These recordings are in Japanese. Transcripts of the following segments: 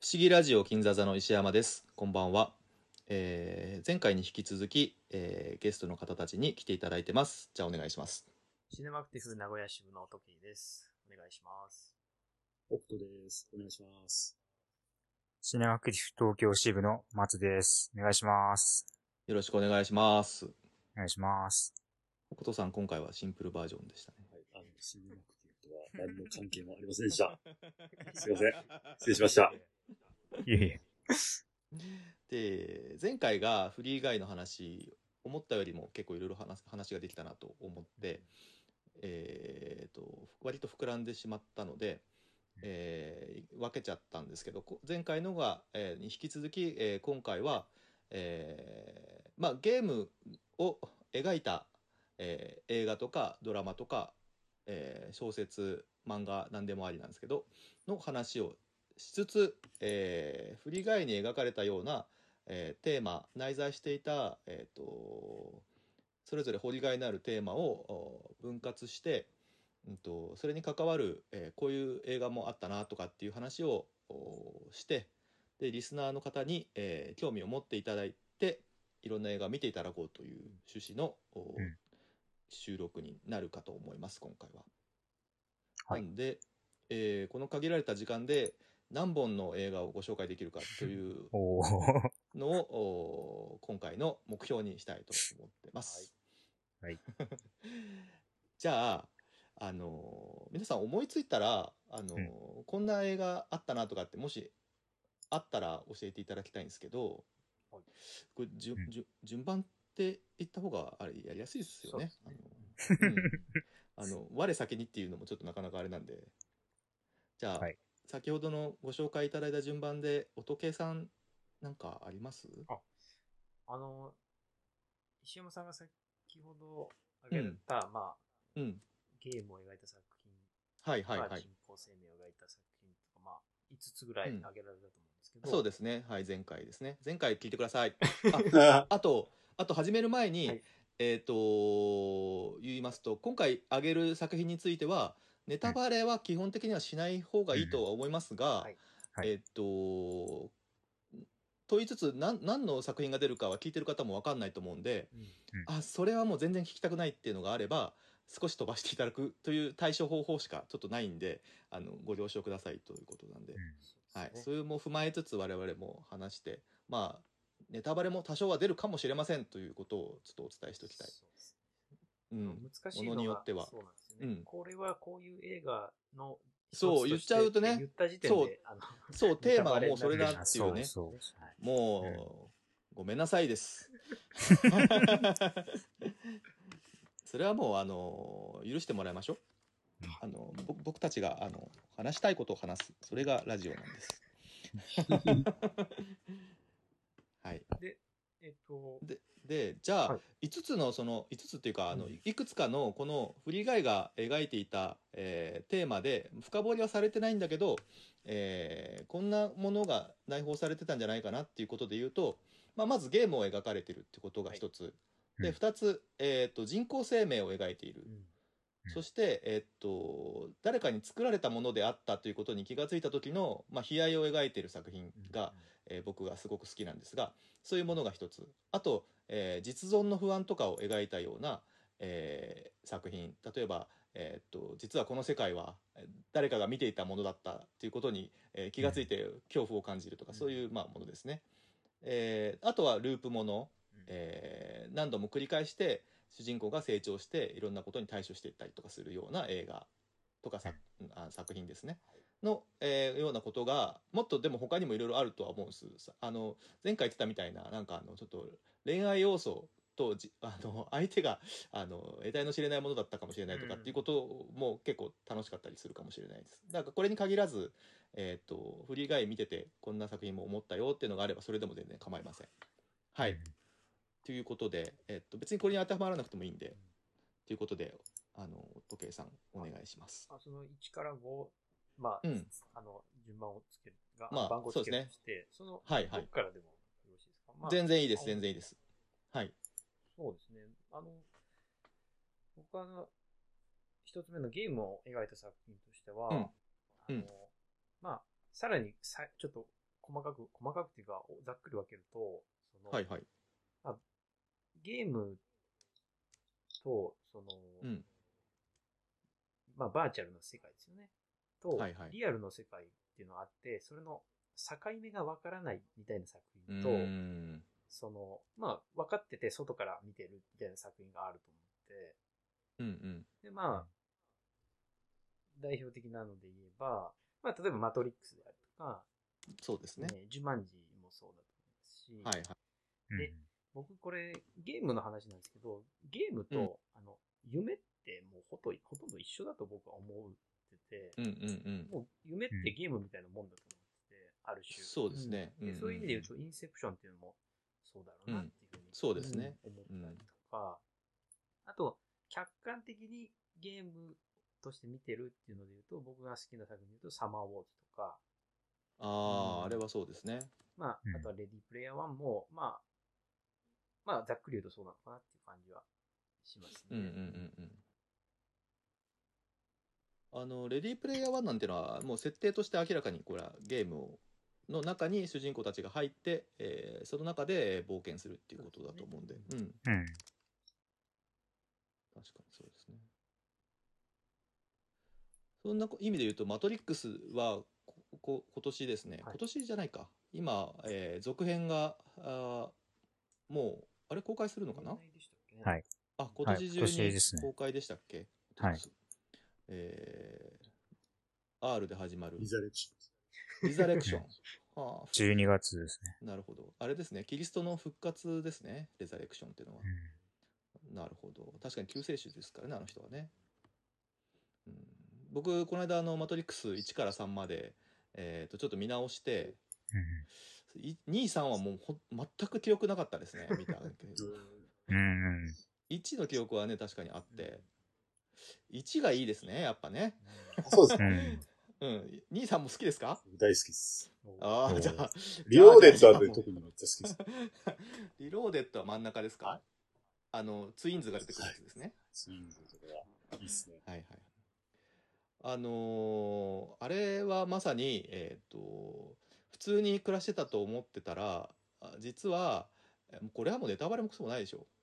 不思議ラジオ金座座の石山です。こんばんは。前回に引き続き、ゲストの方たちに来ていただいてます。じゃあお願いします。 シネマクティブ名古屋支部の時です。お願いします。 北斗です。お願いします。 シネマクティブ東京支部の松です。お願いします。 よろしくお願いします。 お願いします。 北斗さん、今回はシンプルバージョンでしたね。 はい、シネマクティブとは何の関係もありませんでした。すいません。失礼しました。 いえいえ。 で、前回がフリー以外の話、思ったよりも結構いろいろ話ができたなと思って、割と膨らんでしまったので、分けちゃったんですけど、前回のが、に引き続き、今回は、ゲームを描いた、映画とかドラマとか、小説漫画何でもありなんですけどの話をしつつ、フリー外に描かれたような、テーマ内在していた、それぞれ掘りがいのあるテーマを分割して、それに関わる、こういう映画もあったなとかっていう話をして、でリスナーの方に、興味を持っていただいていろんな映画を見ていただこうという趣旨の、収録になるかと思います今回は。 はい、 なんで、この限られた時間で何本の映画をご紹介できるかというのを今回の目標にしたいと思ってます。 はい。 じゃあ、皆さん思いついたらこんな映画あったなとかってもしあったら教えていただきたいんですけど、これ順番って言った方があれやりやすいですよね。我先にっていうのもちょっとなかなかあれなんで、じゃあ、先ほどのご紹介いただいた順番で音計さんなんかあります？ 石山さんが先ほど挙げた、ゲームを描いた作品とか、人工生命を描いた作品とか、5つぐらい挙げられたと思うんですけど、 そうですね。はい、前回ですね。前回聞いてください。あと始める前に、言いますと、今回挙げる作品についてはネタバレは基本的にはしない方がいいとは思いますが、と言いつつ何の作品が出るかは聞いてる方も分かんないと思うんで、それはもう全然聞きたくないっていうのがあれば少し飛ばしていただくという対処方法しかちょっとないんで、ご了承くださいということなんで、それも踏まえつつ我々も話して、ネタバレも多少は出るかもしれませんということをちょっとお伝えしておきたい。 難しいのがものによってはそうなんですよね。これはこういう映画のそう言っちゃうとね、 言った時点でそうテーマはもうそれだっていうね、もうごめんなさいです。それはもう許してもらいましょう。僕たちが話したいことを話す、それがラジオなんです。はい。でじゃあ、5つのその5つっていうかいくつかのこのフリーガイが描いていた、テーマで深掘りはされてないんだけど、こんなものが内包されてたんじゃないかなっていうことで言うと、まずゲームを描かれてるってことが一つ、で2つ、人工生命を描いている、そして、誰かに作られたものであったということに気がついた時の、悲哀を描いている作品が、僕がすごく好きなんですが、そういうものが一つ。あと、実存の不安とかを描いたような、作品。例えば、実はこの世界は誰かが見ていたものだったということに、気がついて恐怖を感じるとか、そういう、ものですね。あとはループもの、何度も繰り返して主人公が成長していろんなことに対処していったりとかするような映画とか作品ですねの、ようなことがもっとでも他にもいろいろあるとは思うんです。前回言ってたみたいななんかちょっと恋愛要素と相手が得体の知れないものだったかもしれないとかっていうことも結構楽しかったりするかもしれないです。だからこれに限らず、フリーガイ見ててこんな作品も思ったよっていうのがあればそれでも全然構いません。はい、ということで、別にこれに当てはまらなくてもいいんで、ということで時計さんお願いします。 その1から5、順番をつける番号をつけるとして、そのどこからでもよろしいですか？ 全然いいです、全然いいです。はい。 そうですね。僕は一つ目のゲームを描いた作品としては、さらにちょっと細かくっていうか、ざっくり分けると、 はいはい。 ゲームと、バーチャルの世界ですよね。と、はいはい、リアルの世界っていうのがあって、それの境目がわからないみたいな作品と、分かってて外から見てるみたいな作品があると思って、で、代表的なので言えば、例えばマトリックスであるとか、 そうですね。 ジュマンジもそうだと思いますし、はいはい。で、僕これゲームの話なんですけど、ゲームと、夢ってもうほとんど一緒だと僕は思ってて、もう夢ってゲームみたいなもんだと思ってて、ある種。 そうですね。 でそういう意味で言うと、インセプションっていうのもそうだろうなっていうふうに、 そうですね。 思ったりとか、あと、客観的にゲームとして見てるっていうので言うと、僕が好きな作品で言うと、サマーウォーズとか。 あれはそうですね。 あとはレディープレイヤー1も、ざっくり言うとそうなのかなっていう感じはしますね。 レディープレイヤー1なんてのは、もう設定として明らかに、これはゲームの中に主人公たちが入って、その中で冒険するっていうことだと思うんで。確かにそうですね。そんな意味で言うと、マトリックスは今年ですね、今年じゃないか。今、続編が、もう、あれ公開するのかな？ はい。 今年中に公開でしたっけ？ はい。 R で始まる。 リザレクション。リザレクション。 12月ですね。 なるほど。あれですね。キリストの復活ですね。リザレクションっていうのは。なるほど。確かに救世主ですからね、あの人はね。僕、この間、マトリックス1から3まで、ちょっと見直して、2、3はもう全く記憶なかったですね、見たけど。1の記憶はね、確かにあって、1がいいですね、やっぱね。 そうですね。 2、3も好きですか？ 大好きです。 じゃあ。 リローデッドは特にめっちゃ好きです。 リローデッドは真ん中ですか？ツインズが出てくるやつですね。 ツインズとかはいいっすね。 はいはい。あれはまさに、普通に暮らしてたと思ってたら、実は、これはもうネタバレもクソもないでしょ。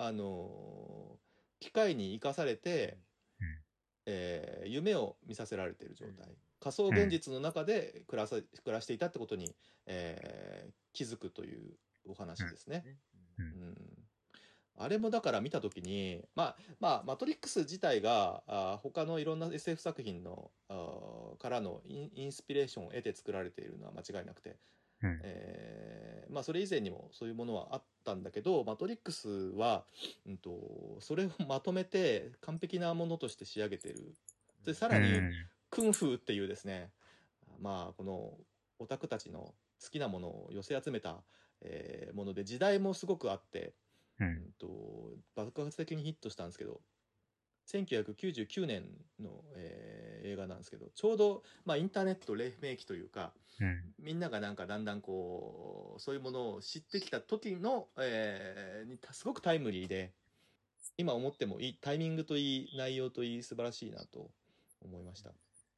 機械に生かされて、夢を見させられている状態。仮想現実の中で暮らしていたってことに、気づくというお話ですね。あれもだから見たときに、マトリックス自体が他のいろんな SF 作品のからのインスピレーションを得て作られているのは間違いなくて、それ以前にもそういうものはあったんだけど、マトリックスは、それをまとめて完璧なものとして仕上げている。で、さらに、クンフーっていうですね、このオタクたちの好きなものを寄せ集めた、もので、時代もすごくあって、爆発的にヒットしたんですけど、1999年の、映画なんですけど、ちょうど、インターネット黎明期というか、みんながなんかだんだんこうそういうものを知ってきた時の、すごくタイムリーで、今思ってもいいタイミングといい内容といい素晴らしいなと思いました。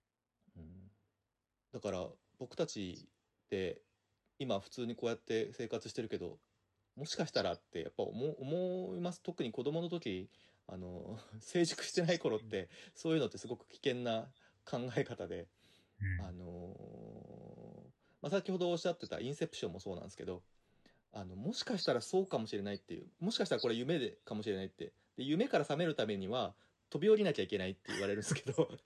だから僕たちって今普通にこうやって生活してるけど、もしかしたらってやっぱ思います。特に子供の時、成熟してない頃って、そういうのってすごく危険な考え方で、先ほどおっしゃってたインセプションもそうなんですけど、もしかしたらそうかもしれないっていう、もしかしたらこれ夢でかもしれないって、で夢から覚めるためには飛び降りなきゃいけないって言われるんですけど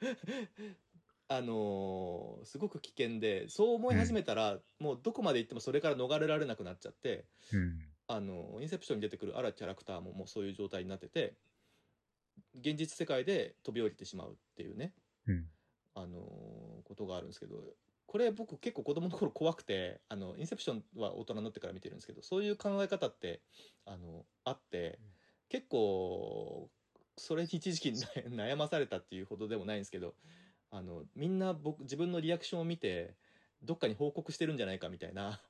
すごく危険で、そう思い始めたら、もうどこまで行ってもそれから逃れられなくなっちゃって、インセプションに出てくるあるキャラクターももうそういう状態になってて、現実世界で飛び降りてしまうっていうね、ことがあるんですけど、これ僕結構子供の頃怖くて、インセプションは大人になってから見てるんですけど、そういう考え方ってあって、結構それに一時期悩まされたっていうほどでもないんですけど、みんな自分のリアクションを見てどっかに報告してるんじゃないかみたいな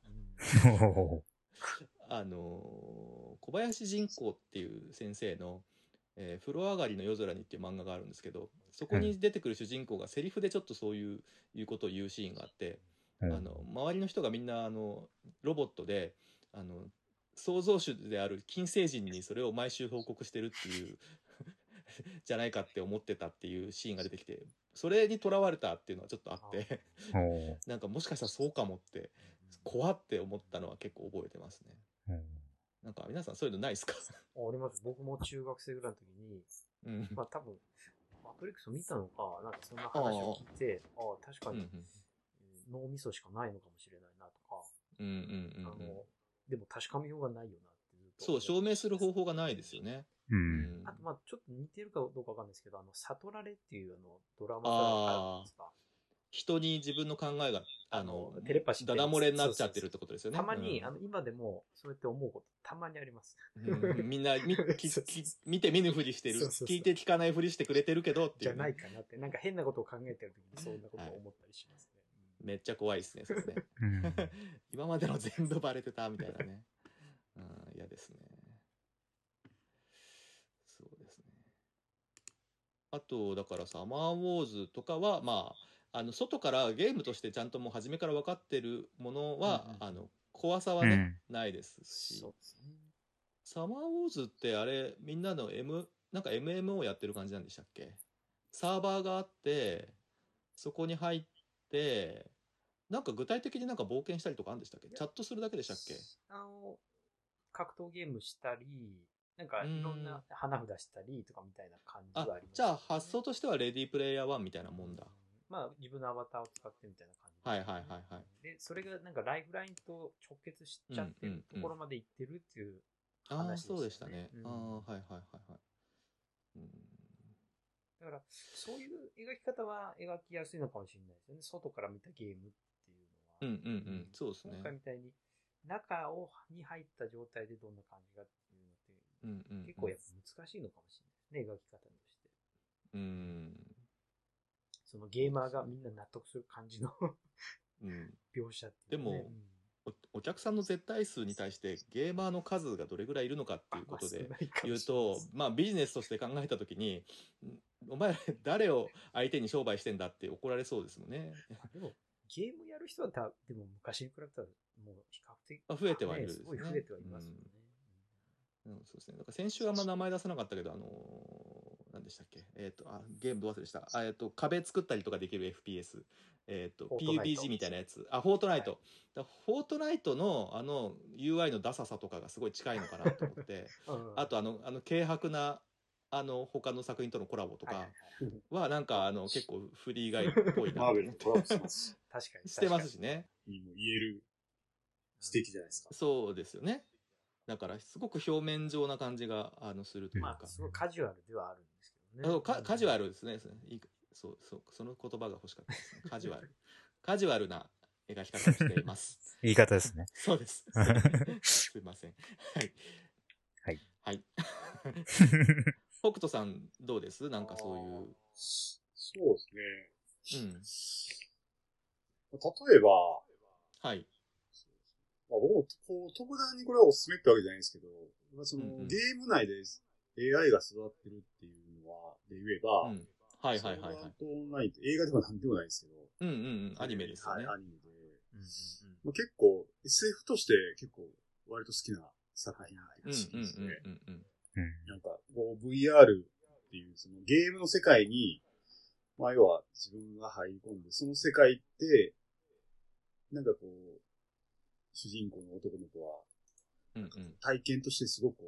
小林仁光っていう先生の風呂上がりの夜空にっていう漫画があるんですけど、そこに出てくる主人公がセリフでちょっとそういうことを言うシーンがあって、 周りの人がみんなロボットで創造主である金星人にそれを毎週報告してるっていうじゃないかって思ってたっていうシーンが出てきて、それにとらわれたっていうのはちょっとあってなんかもしかしたらそうかもって怖って思ったのは結構覚えてますね。なんか皆さんそういうのないですか？ あります。僕も中学生ぐらいの時に、まあ多分マトリックスを見たのか、なんかそんな話を聞いて、確かに脳みそしかないのかもしれないなとか、でも確かめようがないよなってずっと。 そう、証明する方法がないですよね。 あと、まあちょっと似てるかどうかわかんないですけど、悟られっていうドラマがあるんですか。 人に自分の考えが、 テレパシーダダ漏れになっちゃってるってことですよね。 たまに、今でも、そうやって思うこと、たまにあります。 みんな、見て見ぬふりしてる。聞いて聞かないふりしてくれてるけどっていう、 じゃないかなって、なんか変なことを考えてる時にそんなことを思ったりしますね。 めっちゃ怖いですね、それね。今までの全部バレてたみたいなね。嫌ですね。そうですね。あと、だからサマーウォーズとかは、まあ、外からゲームとしてちゃんともう初めから分かってるものは、怖さはね、ないですし。そうですね。サマーウォーズってあれ、みんなのなんか MMO やってる感じなんでしたっけ？サーバーがあって、そこに入って、なんか具体的になんか冒険したりとかあるんでしたっけ？チャットするだけでしたっけ？ 格闘ゲームしたり、なんかいろんな花札したりとかみたいな感じはあります、ね。 じゃあ発想としてはレディープレイヤー1みたいなもんだ。 まあ自分のアバターを使ってみたいな感じ、 はいはいはいはい。 で、それがなんかライフラインと直結しちゃってるところまで行ってるっていう話でしたね。 そうでしたね。はいはいはいはい。 だから、そういう描き方は描きやすいのかもしれないですよね。外から見たゲームっていうのは。 そうですね。 今回みたいに、中に入った状態でどんな感じかっていうのって、結構やっぱ難しいのかもしれないですね、描き方として。そのゲーマーがみんな納得する感じの描写っていう、ね。 でも、お客さんの絶対数に対してゲーマーの数がどれぐらいいるのかっていうことで言うと、まあビジネスとして考えたときに、お前誰を相手に商売してんだって怒られそうですもんね。 でもゲームやる人はでも昔に比べたらもう比較的増えてはいるですね。 すごい増えてはいますよね。 そうですね。だから先週はあんま名前出さなかったけど、何でしたっけ？ゲームど忘れした。壁作ったりとかできる FPS。PUBG みたいなやつ。フォートナイト。フォートナイトのUI のダサさとかがすごい近いのかなと思って。あと軽薄な、他の作品とのコラボとかは、なんか結構フリーガイっぽいな。 マーベルとコラボしてます。 確かに。 してますしね。 言える素敵じゃないですか。 そうですよね。だからすごく表面上な感じがするというか、 すごいカジュアルではあるんですけどね。 カジュアルですね。その言葉が欲しかったですね。カジュアル。カジュアルな描き方をしています。 言い方ですね。 そうです。すいません。はい。 はい。 はい。北斗さんどうです？なんかそういう。 そうですね。例えば、 はい。 僕も特段にこれはおすすめってわけじゃないんですけど、ゲーム内で AI が育ってるっていうのは、で言えば、 はいはいはいはい。 ソードアートオンラインって映画でもなんでもないんですけど、 アニメですよね。 はい、アニメで。結構、SF として結構割と好きな作品らしいですね。なんか、VR っていうそのゲームの世界に、まあ要は自分が入り込んで、その世界って、なんか主人公の男の子は、体験としてすごく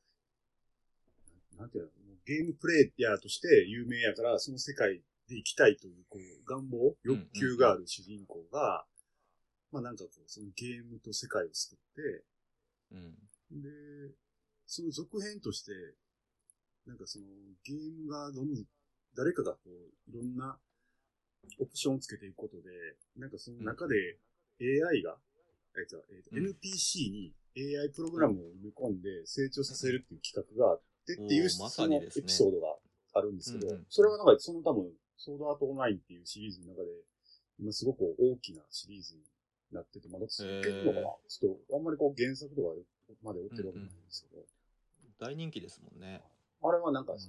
なんていうの、ゲームプレイヤーとして有名やから、その世界で生きたいという、願望、欲求がある主人公が、まあなんかそのゲームと世界を作って、で、その続編として、なんかそのゲームが誰かがいろんなオプションをつけていくことで、なんかその中で AI が、NPC に AI プログラムを埋め込んで成長させるっていう企画があってっていう、そのエピソードがあるんですけど、それはなんかその多分、ソードアートオンラインっていうシリーズの中で、今すごく大きなシリーズになってて、まだ続けるのかな、ちょっとあんまり原作とかまで追ってるわけないんですけど。 大人気ですもんね。 あれはなんか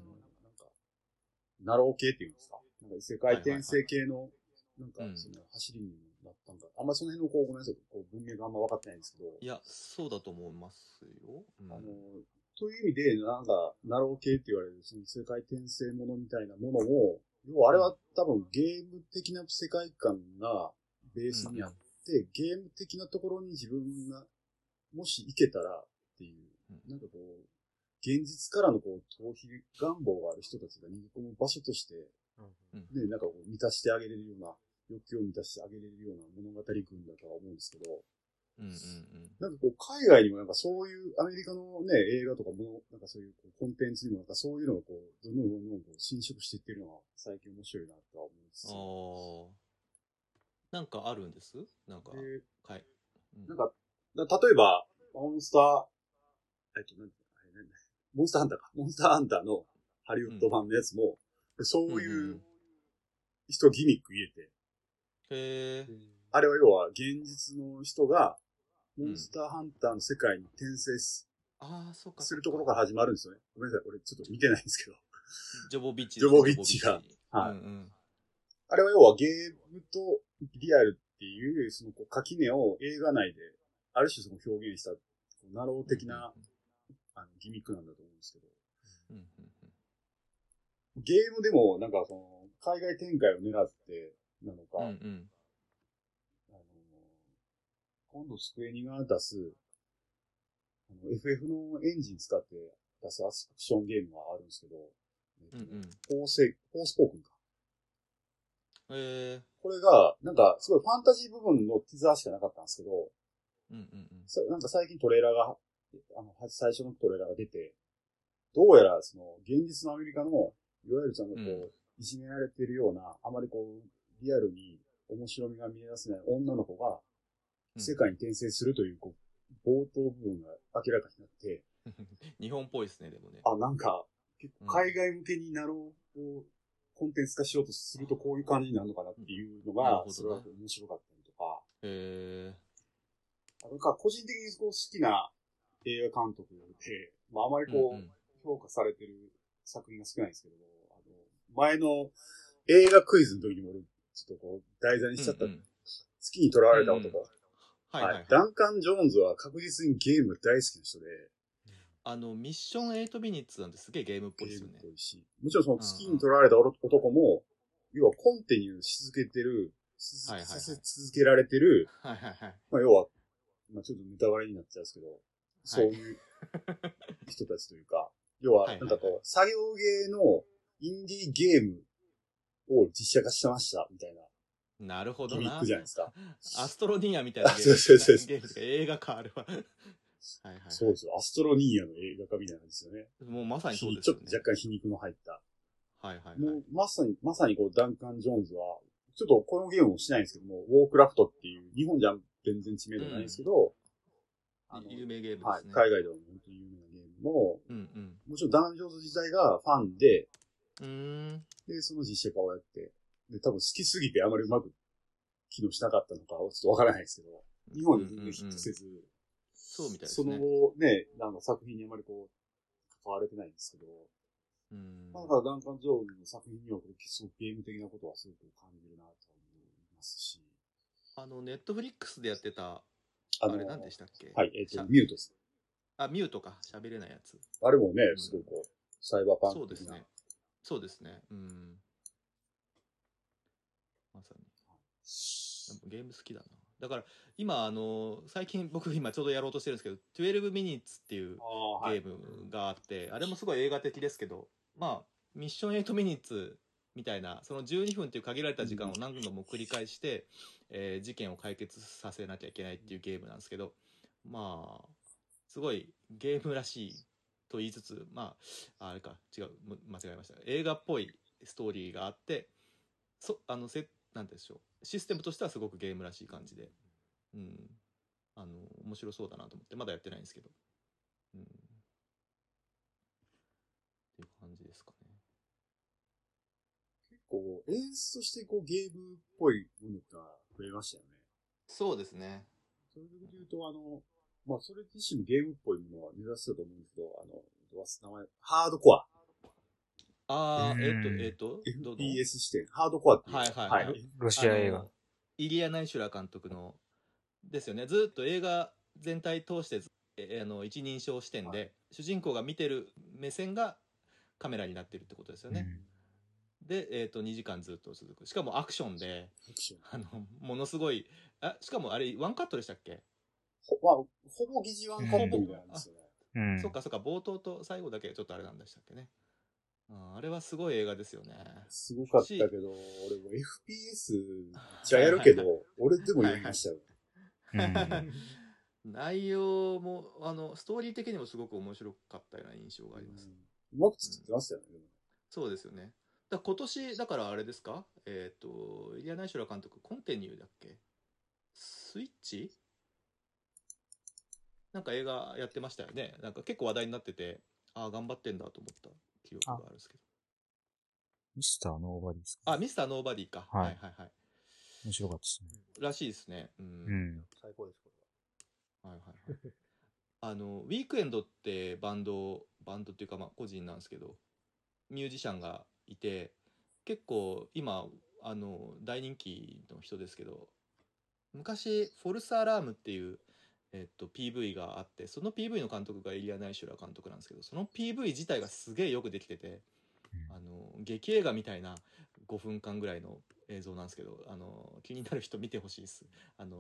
ナロー系っていうんですか、なんか異世界転生系の、なんかその走りになったなんか、あんまその辺のこう、ごめんなさい、こう文脈があんま分かってないんですけど。 いや、そうだと思いますよ。 という意味で、なんか、ナロー系って言われる、その世界転生ものみたいなものも、要はあれは多分ゲーム的な世界観がベースにあって、ゲーム的なところに自分が、もし行けたらっていう、なんかこう、現実からのこう、逃避願望がある人たちが逃げ込む場所として、で、なんかこう、満たしてあげれるような、欲求を満たしてあげれるような物語群だとは思うんですけど、なんかこう、海外にもなんかそういうアメリカのね、映画とかも、なんかそういうコンテンツにもなんかそういうのがこう、どんどんこう侵食していってるのが最近面白いなとは思うんですよ。 なんかあるんですなんか、 なんか、例えば、モンスターハンターか。モンスターハンターのハリウッド版のやつも、そういう人ギミック入れて、あれは要は現実の人が、モンスターハンターの世界に転生するところから始まるんですよね。ごめんなさい、俺ちょっと見てないんですけど。 ジョボビッチが。はい。あれは要はゲームとリアルっていう、その垣根を映画内で、ある種その表現した、ナロー的な、ギミックなんだと思うんですけど。ゲームでも、なんかその、海外展開を狙ってなのか、今度スクエニが出す、FF のエンジン使って出すアクションゲームがあるんですけど、フォースポークンか。これが、なんか、すごいファンタジー部分のティザーしかなかったんですけど、なんか最近トレーラーが、最初のトレーラーが出て、どうやら、その、現実のアメリカの、いわゆるその、こう、いじめられてるような、あまりこう、リアルに面白みが見え出せない女の子が、世界に転生するという、こう、冒頭部分が明らかになって、 日本っぽいですね、でもね。 なんか、結構海外向けになろう、コンテンツ化しようとするとこういう感じになるのかなっていうのが、それは面白かったりとか。個人的に好きな映画監督で、あまりこう、評価されてる作品が少ないんですけども、前の映画クイズの時にも俺、ちょっとこう、題材にしちゃった、月に囚われた男。ダンカン・ジョーンズは確実にゲーム大好きな人で、 ミッション8ミニッツなんてすげえゲームっぽいですよね。 もちろんその月に囚われた男も、要はコンティニューし続けてる、させ続けられてる、要は、ちょっとネタバレになっちゃうんですけど、そういう人たちというか、要は、なんかこう、作業芸のインディーゲームを実写化してました、みたいな。 なるほどな。 ギミックじゃないですか。 アストロニアみたいなゲームとか映画か、あれは。 そうですよ。アストロニーアの映画化みたいなんですよね。 もうまさにそうですよね。 ちょっと若干皮肉の入った。 もうまさにこう、ダンカン・ジョーンズは、ちょっとこのゲームもしないんですけども、ウォークラフトっていう、日本じゃ全然知名度ないんですけど、 有名ゲームですね。 海外では本当に有名なゲームも、もちろんダン・ジョーンズ自体がファンで、で、その実写化をやって、で、多分好きすぎてあまりうまく機能しなかったのか、ちょっとわからないですけど、日本で全然ヒットせず、 そうみたいですね。 その後ね、作品にあまりこう、関われてないんですけど、だからダンカン・ジョーンズの作品にはすごくゲーム的なことはすごく感じるなと思いますし。 ネットフリックスでやってた、あれ何でしたっけ？ はい、ミュートです。 ミュートか。喋れないやつ。 あれもね、すごいこう、サイバーパンクそうですね。そうですね。まさに。ゲーム好きだな。だから、今、最近僕今ちょうどやろうとしてるんですけど、12 minutes っていうゲームがあって、あれもすごい映画的ですけど、ミッション8 minutes みたいな、その12分っていう限られた時間を何度も繰り返して、事件を解決させなきゃいけないっていうゲームなんですけど、すごいゲームらしいと言いつつ、あれか、違う、間違えました。映画っぽいストーリーがあって、なんでしょう。システムとしてはすごくゲームらしい感じで、面白そうだなと思って、まだやってないんですけど、っていう感じですかね。 結構、演出としてこうゲームっぽいものが増えましたよね。 そうですね。 それで言うと、それ自身もゲームっぽいものは目指してたと思うんですけど、名前、ハードコア。 FPS 視点。ハードコアっていう。 ロシア映画。 イリア・ナイシュラー監督のですよね。ずっと映画全体通して一人称視点で主人公が見てる目線がカメラになってるってことですよね。で、2時間ずっと続く。しかもアクションで、ものすごい、しかもあれ、ワンカットでしたっけ？ ほぼ疑似ワンカットみたいなんですよね。 そっか、冒頭と最後だけちょっとあれなんでしたっけね。あれはすごい映画ですよね。 すごかったけど、俺も FPS じゃやるけど、俺でもやりましたよ。 内容も、ストーリー的にもすごく面白かったような印象があります。 うまく作ってましたよね。 そうですよね。今年、だからあれですか？イリア・ナイシュラ監督、コンティニューだっけ？スイッチ？なんか映画やってましたよね。なんか結構話題になってて、頑張ってんだと思った記憶があるんですけど。 ミスターノーバディですか？ ミスターノーバディか。はいはいはい。 面白かったですね。 らしいですね。 最高です、これは。はいはいはい。ウィークエンドってバンドっていうか、まあ個人なんですけど、ミュージシャンがいて、結構今、大人気の人ですけど、昔、フォルスアラームっていう、PV があって、その PV の監督がイリア・ナイシュラ監督なんですけど、その PV 自体がすげえよくできてて、劇映画みたいな5分間ぐらいの映像なんですけど、気になる人見てほしいです。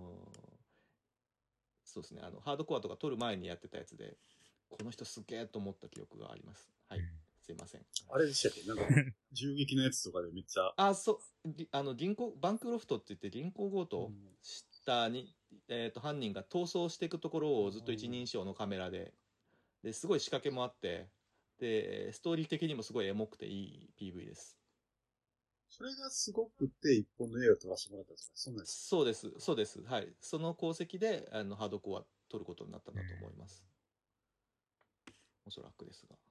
そうですね、ハードコアとか撮る前にやってたやつで、この人すげえと思った記憶があります。はい。すいません。 あれでしたっけ？なんか、銃撃のやつとかでめっちゃ。 バンクロフトって言って銀行強盗したに、犯人が逃走していくところをずっと一人称のカメラですごい仕掛けもあって、で、ストーリー的にもすごいエモくていい PV です。 それがすごくて一本の映画を撮らせてもらったんですか？ そうです。そうです。はい。その功績で、ハードコア撮ることになったんだと思います。おそらくですが。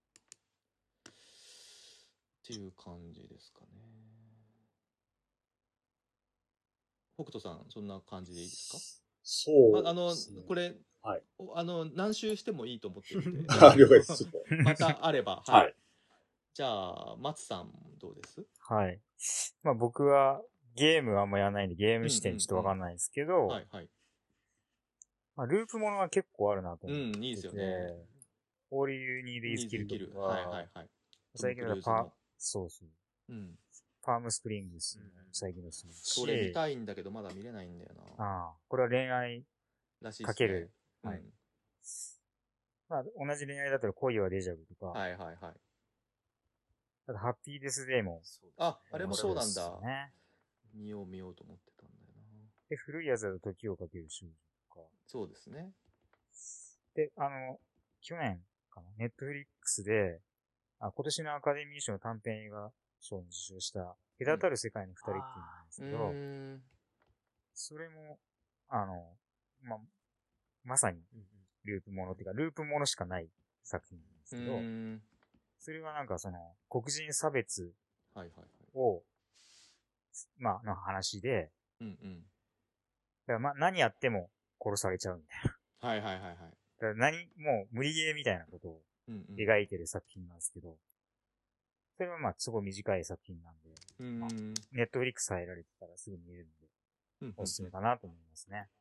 っていう感じですかね。北斗さん、そんな感じでいいですか？ そうですね。 これ、はい、何周してもいいと思ってるんで。 了解です。 またあれば。 はい。 じゃあ、松さん、どうです？ はい。まあ僕はゲームはあんまやらないんで、ゲーム視点ちょっとわかんないんですけど、 はいはい。 まあループものは結構あるなと思ってて、 いいですよね。 All You Need Is Kill とか、 はいはいはい。 最近のそうそう。パームスプリングスの最近のそれ見たいんだけどまだ見れないんだよな。 これは恋愛かける。 はい。 まあ同じ恋愛だったら恋はデジャブとか。 はいはいはい。 あとハッピーデスデーも。 あれもそうなんだ。見ようと思ってたんだよな。 で、古いやつだと時をかける少女とか。 そうですね。 で、去年かな、ネットフリックスで、今年のアカデミー賞の短編映画賞を受賞した、隔たる世界の二人っていうんですけど、それも、まさに、ループものっていうか、ループものしかない作品なんですけど、それはなんか黒人差別を、の話で、だから何やっても殺されちゃうみたいな。 はいはいはいはい。 だからもう無理ゲーみたいなことを描いてる作品なんですけど、それはすごい短い作品なんで、ネットフリックス入られてたらすぐ見れるんで、おすすめかなと思いますね。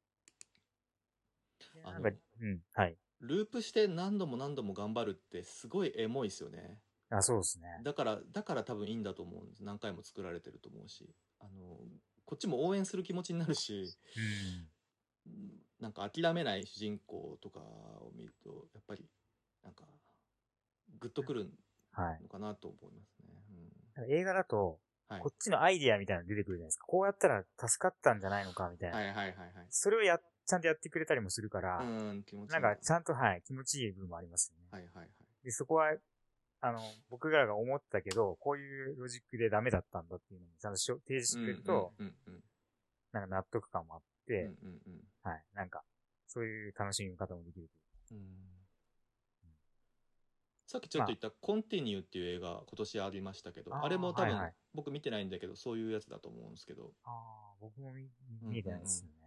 はい。ループして何度も何度も頑張るってすごいエモいですよね。 そうですね。 だから多分いいんだと思うんです。何回も作られてると思うし、こっちも応援する気持ちになるし、なんか諦めない主人公とかを見るとやっぱりなんかグッとくるのかなと思いますね。 映画だとこっちのアイディアみたいなの出てくるじゃないですか。こうやったら助かったんじゃないのかみたいな。それをちゃんとやってくれたりもするから、なんかちゃんと気持ちいい部分もありますよね。で、そこは僕らが思ったけど、こういうロジックでダメだったんだっていうのをちゃんと提示してくれると、なんか納得感もあって、なんか、そういう楽しみ方もできる。 さっきちょっと言ったコンティニューっていう映画今年ありましたけど、あれも多分僕見てないんだけど、そういうやつだと思うんですけど。 僕も見てないですね。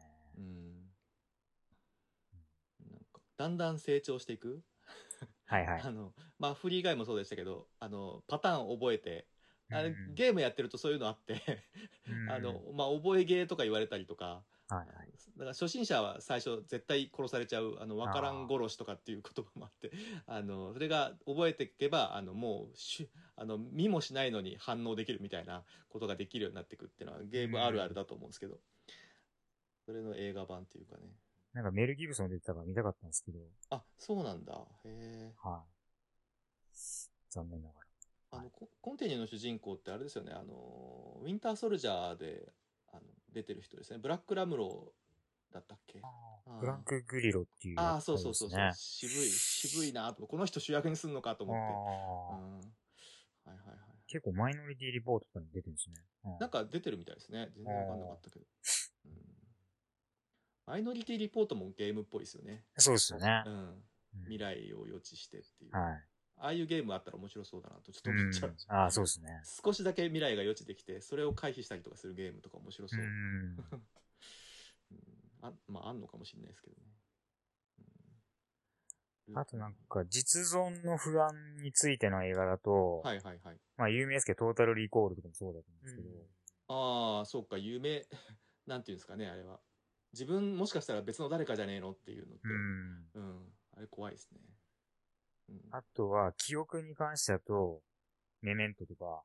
なんかだんだん成長していく。フリー以外もそうでしたけど、パターンを覚えて、 ゲームやってるとそういうのあって覚えゲーとか言われたりとか、だから初心者は最初絶対殺されちゃう、わからん殺しとかっていう言葉もあって、それが覚えていけば、もう見もしないのに反応できるみたいなことができるようになっていくっていうのはゲームあるあるだと思うんですけど、それの映画版っていうかね。 なんかメル・ギブソン出てたから見たかったんですけど。 あ、そうなんだ。へえ。 はい。残念ながら。 コンティニューの主人公ってあれですよね、ウィンターソルジャーで、出てる人ですね。ブラック・ラムローだったっけ？ フランク・グリロっていう、 ああ、そうそうそうそう。渋いなと。この人主役にすんのかと思って。はいはいはい。 結構マイノリティリポートとかに出てるんですね。 なんか出てるみたいですね。全然わかんなかったけど。マイノリティリポートもゲームっぽいですよね。 そうですよね。 未来を予知してっていう。 はい。 ああいうゲームあったら面白そうだなとちょっと思っちゃう。 ああ、そうですね。 少しだけ未来が予知できて、それを回避したりとかするゲームとか面白そう。あんのかもしれないですけどね。 あとなんか、実存の不安についての映画だと、 はいはいはい。 まあ有名ですけど、トータルリコールとかもそうだと思うんですけど。 ああ、そうか、有名、なんていうんですかね、あれは。自分もしかしたら別の誰かじゃねえのっていうのって。あれ怖いですね。 あとは、記憶に関してだと、メメントとか。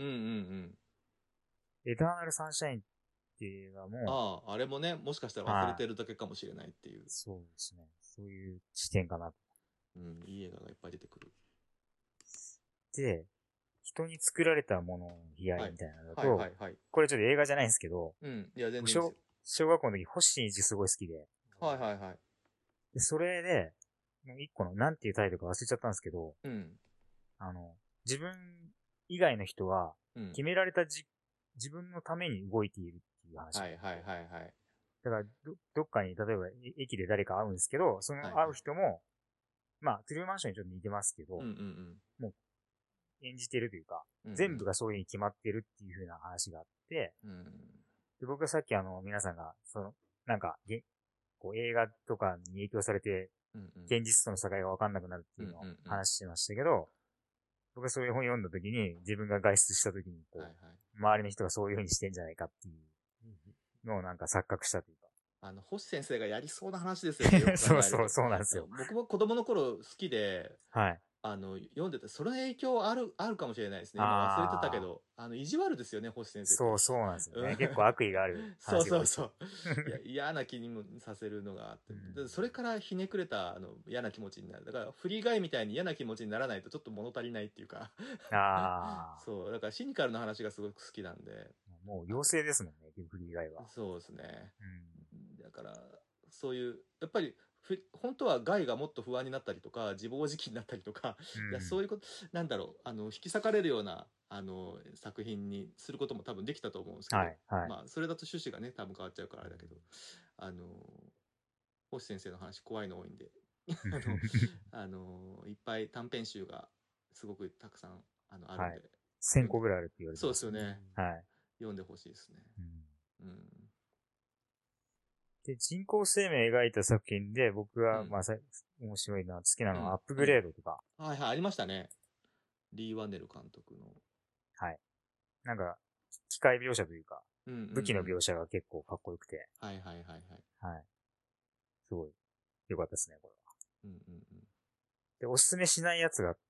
エターナルサンシャインっていう映画も。 あれもね、もしかしたら忘れてるだけかもしれないっていう。 そうですね。そういう視点かなと。 いい映画がいっぱい出てくる。 で、人に作られたものの悲哀みたいなのだと、これちょっと映画じゃないんですけど、 いや全然小学校の時、星新一すごい好きで。で、それで、一個の、なんていうタイトルか忘れちゃったんですけど、自分以外の人は、決められた自分のために動いているっていう話。だから、どっかに、例えば、駅で誰か会うんですけど、その会う人も、まあ、トゥルーマンションにちょっと似てますけど、もう、演じてるというか、全部がそういう風に決まってるっていう風な話があって、で僕がさっき皆さんが、なんか、こう映画とかに影響されて、現実との境が分かんなくなるっていうのを話してましたけど、僕がそういう本読んだ時に、自分が外出した時に、こう、周りの人がそういう風にしてんじゃないかっていうのをなんか錯覚したというか。 星先生がやりそうな話ですよね。 そうなんですよ。 僕も子供の頃好きで、 はい。 読んでて、その影響あるかもしれないですね。今忘れてたけど、意地悪ですよね、星先生。 そうなんですよね。結構悪意がある話が。 そう。嫌な気にもさせるのがあって、それからひねくれた、嫌な気持ちになる。だから、フリーガイみたいに嫌な気持ちにならないとちょっと物足りないっていうか。そう、だからシニカルな話がすごく好きなんで。 もう妖精ですもんね、フリーガイは。 そうですね。だから、そういう、やっぱり、本当はガイがもっと不安になったりとか、自暴自棄になったりとか、いやそういうこと、なんだろう、引き裂かれるような、作品にすることも多分できたと思うんですけど、まあ、それだと趣旨がね、多分変わっちゃうからあれだけど、星先生の話怖いの多いんで、いっぱい短編集がすごくたくさんあるんで。 1000個ぐらいあるって言われてそうですよね。 はい。 読んでほしいですね。 で、人工生命描いた作品で、僕が、まあ、面白いな、好きなのは、アップグレードとか。 ありましたね。リー・ワネル監督の。 はい。なんか、機械描写というか、武器の描写が結構かっこよくて。はい。すごい、良かったですね、これは。で、おすすめしないやつがあって、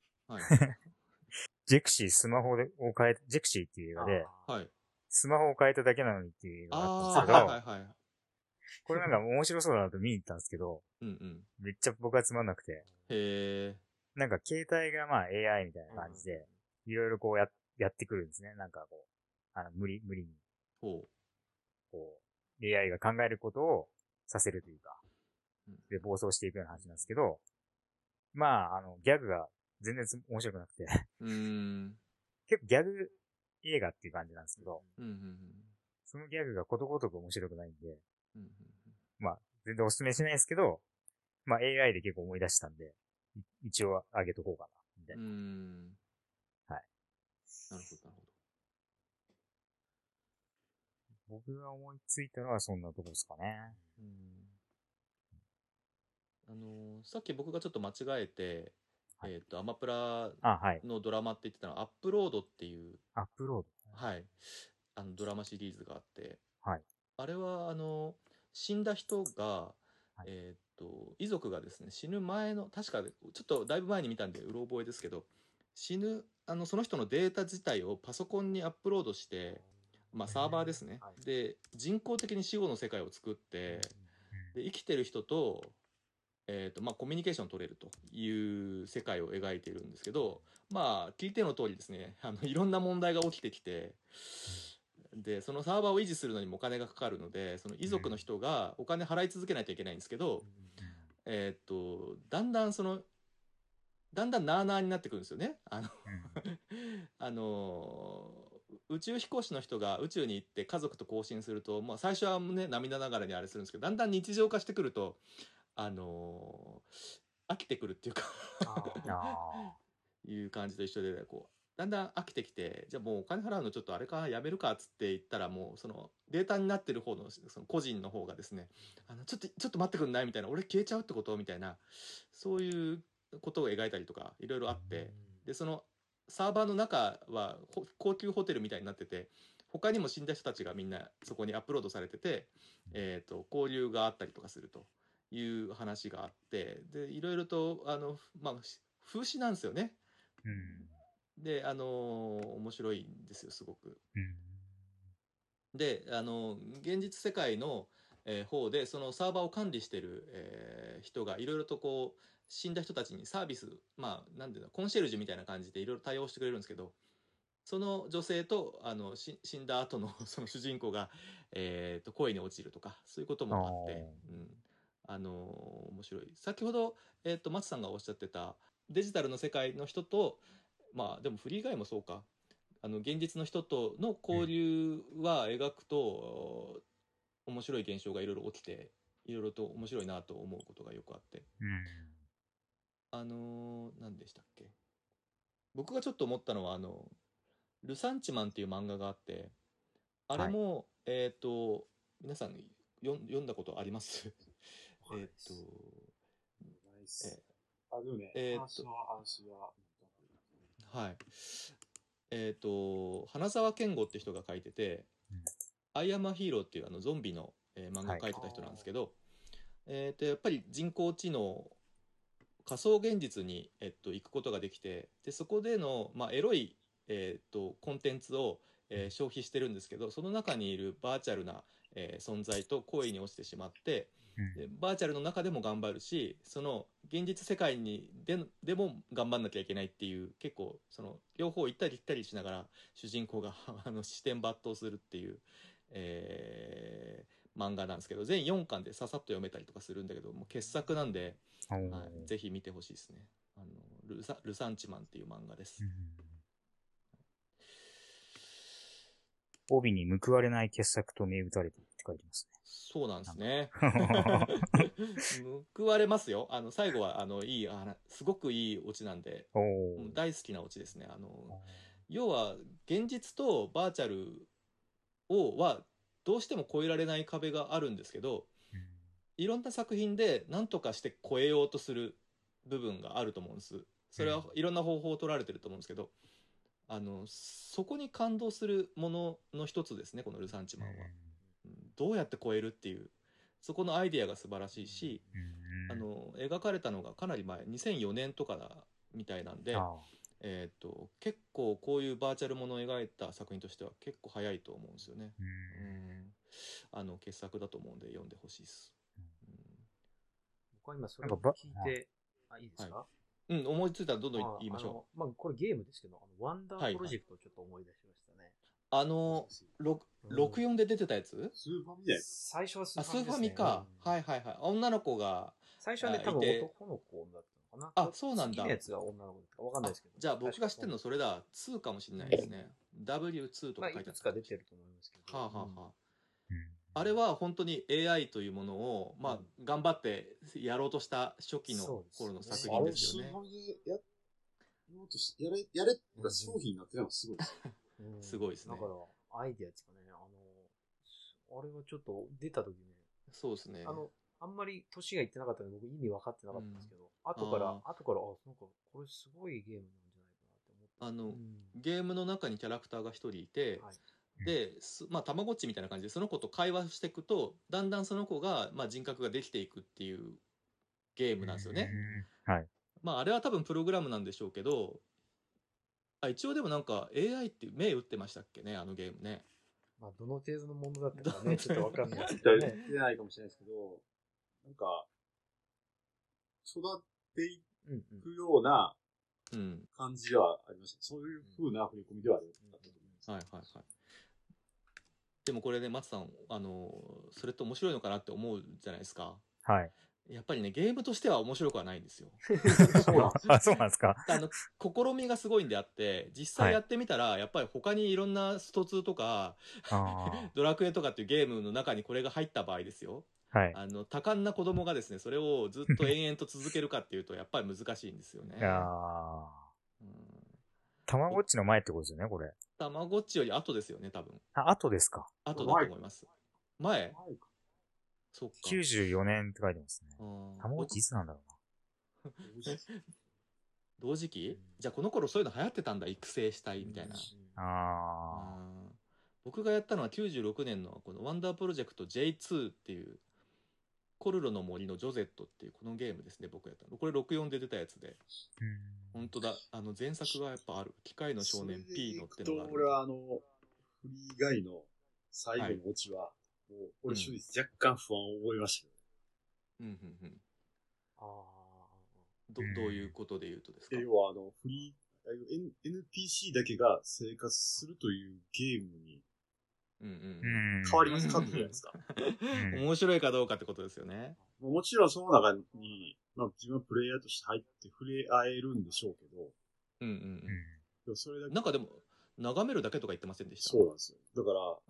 ジェクシージェクシーっていう映画で、スマホを変えただけなのにっていう映画があったんですけど、これなんか面白そうだなと見に行ったんですけど、めっちゃ僕はつまんなくて、なんか携帯がまあ AI みたいな感じで、いろいろこうやってくるんですね。なんかこう、無理に。こう、AI が考えることをさせるというか、で、暴走していくような話なんですけど、まあ、ギャグが全然面白くなくて結構ギャグ映画っていう感じなんですけど、そのギャグがことごとく面白くないんで、まあ、全然お勧めしないですけど、まあ AI で結構思い出したんで、一応あげとこうかな、みたいな。はい。 なるほど。 僕が思いついたのはそんなとこですかね。 さっき僕がちょっと間違えて、 アマプラのドラマって言ってたのは、アップロードっていう。 アップロードはい。ドラマシリーズがあって。 はい。 あれは、死んだ人が、はい、遺族がですね、死ぬ前の、確か、ちょっとだいぶ前に見たんで、うろ覚えですけど、死ぬ、その人のデータ自体をパソコンにアップロードして、まあ、サーバーですね。はい、で、人工的に死後の世界を作って、で、生きてる人と、まあ、コミュニケーションを取れるという世界を描いているんですけど、まあ、聞いての通りですね、いろんな問題が起きてきて、で、そのサーバーを維持するのにもお金がかかるので、その遺族の人がお金払い続けないといけないんですけど、だんだんなあなあになってくるんですよね。宇宙飛行士の人が宇宙に行って家族と交信すると、まあ、最初はね、涙ながらにあれするんですけど、だんだん日常化してくると、飽きてくるっていうかいう感じと一緒で、こう、だんだん飽きてきて、じゃあもうお金払うのちょっとあれかやめるかっつって言ったら、もうそのデータになってる方の、その個人の方がですね、ちょっと待ってくんないみたいな、俺消えちゃうってことみたいな、そういうことを描いたりとか、いろいろあって、で、そのサーバーの中は高級ホテルみたいになってて、他にも死んだ人たちがみんなそこにアップロードされてて、交流があったりとかするという話があって、で、いろいろと、まあ、風刺なんですよね。で、面白いんですよ、すごく。で、現実世界の、方で、そのサーバーを管理してる、人がいろいろとこう、死んだ人たちにサービス、まあ、なんていうの、コンシェルジュみたいな感じでいろいろ対応してくれるんですけど、その女性と、死んだ後のその主人公が、恋に落ちるとか、そういうこともあって、面白い。先ほど、松さんがおっしゃってた、デジタルの世界の人と、まあ、でもフリーガイもそうか。現実の人との交流は描くと、面白い現象がいろいろ起きて、いろいろと面白いなと思うことがよくあって。何でしたっけ。僕がちょっと思ったのは、ルサンチマンっていう漫画があって、あれも、はい、皆さん読んだことありますでもね、話は、 はい。花沢健吾って人が書いてて、アイアムアヒーローっていうゾンビの、漫画を書いてた人なんですけど、やっぱり人工知能、仮想現実に、行くことができて、で、そこでの、まあ、エロい、コンテンツを、消費してるんですけど、その中にいるバーチャルな、存在と恋に落ちてしまって、でバーチャルの中でも頑張るし、その現実世界にでも頑張んなきゃいけないっていう、結構その両方行ったり来たりしながら主人公が視点抜刀するっていう、漫画なんですけど、全4巻でささっと読めたりとかするんだけど、もう傑作なんで、はい、ぜひ見てほしいですね。ルサンチマンっていう漫画です。 帯に報われない傑作と銘打たれてるって書いてますね。 そうなんですね。報われますよ。最後は、すごくいいオチなんで、大好きなオチですね。要は、現実とバーチャルは、どうしても越えられない壁があるんですけど、いろんな作品で何とかして越えようとする部分があると思うんです。それはいろんな方法を取られてると思うんですけど、そこに感動するものの一つですね、このルサンチマンは。どうやって超えるっていう、そこのアイディアが素晴らしいし、描かれたのがかなり前、2004年とかだみたいなんで、結構こういうバーチャルものを描いた作品としては結構早いと思うんですよね。傑作だと思うんで読んでほしいです。 僕は今それを聞いて、いいですか？ うん、思いついたらどんどん言いましょう。まあ、これゲームですけど、ワンダープロジェクトをちょっと思い出しましたね。 64で出てたやつ？ スーファミだよ。 最初はスーファミですね。 スーファミか。はいはいはい。女の子が。 最初はね、多分男の子だったのかな。 そうなんだ。 好きなやつが女の子だったかわかんないですけど。 じゃあ僕が知ってるのそれだ。2かもしれないですね。W2 とか書いてある。 いくつか出てると思いますけど。 はあはあはあ。あれは本当に AI というものを、まあ、頑張ってやろうとした初期の頃の作品ですよね。 やれって商品になってるのがすごいです。 すごいですね。 だから、アイディアですかね。あれはちょっと出た時ね。 そうですね。 あんまり年がいってなかったので僕意味分かってなかったんですけど、後から、なんかこれすごいゲームなんじゃないかなって思って。 ゲームの中にキャラクターが一人いて、で、まあ、たまごっちみたいな感じで、その子と会話していくと、だんだんその子が、まあ、人格ができていくっていうゲームなんですよね。 はい。 まあ、あれは多分プログラムなんでしょうけど、一応でもなんか AI って目打ってましたっけね、あのゲームね。 まあ、どの程度のものだったかね、ちょっとわかんないですけどね。出ないかもしれないですけど、なんか、育っていくような感じではありました。そういう風な振り込みではあるんだと思います。 はいはいはい。でもこれね、松さん、それって面白いのかなって思うじゃないですか。 はい。 やっぱりね、ゲームとしては面白くはないんですよ。 そうなんですか。 試みがすごいんであって、実際やってみたら、やっぱり他にいろんなスト2とか、ドラクエとかっていうゲームの中にこれが入った場合ですよ。 はい。 多感な子供がですね、それをずっと延々と続けるかっていうと、やっぱり難しいんですよね。 たまごっちの前ってことですよね、これ。 たまごっちより後ですよね、多分。 後ですか。 後だと思います。前そっか。94年って書いてますね。たまごっちいつなんだろうな。 同時期、じゃあこの頃そういうの流行ってたんだ、育成したいみたいな。僕がやったのは96年のこのワンダープロジェクト J2 っていう、コルロの森のジョゼットっていうこのゲームですね、僕やったの。これ64で出たやつで。本当だ、前作がやっぱある。機械の少年 P のってのがある。 俺はフリーガイの最後のオチは、もう俺正直若干不安を覚えましたけど。 どういうことで言うとですか？ 要はフリー、NPC だけが生活するというゲームに変わりますかってじゃないですか。 面白いかどうかってことですよね。 もちろんその中に、まあ、自分はプレイヤーとして入って触れ合えるんでしょうけど。 でもそれだけなんかでも、眺めるだけとか言ってませんでした？ そうなんですよ。だから、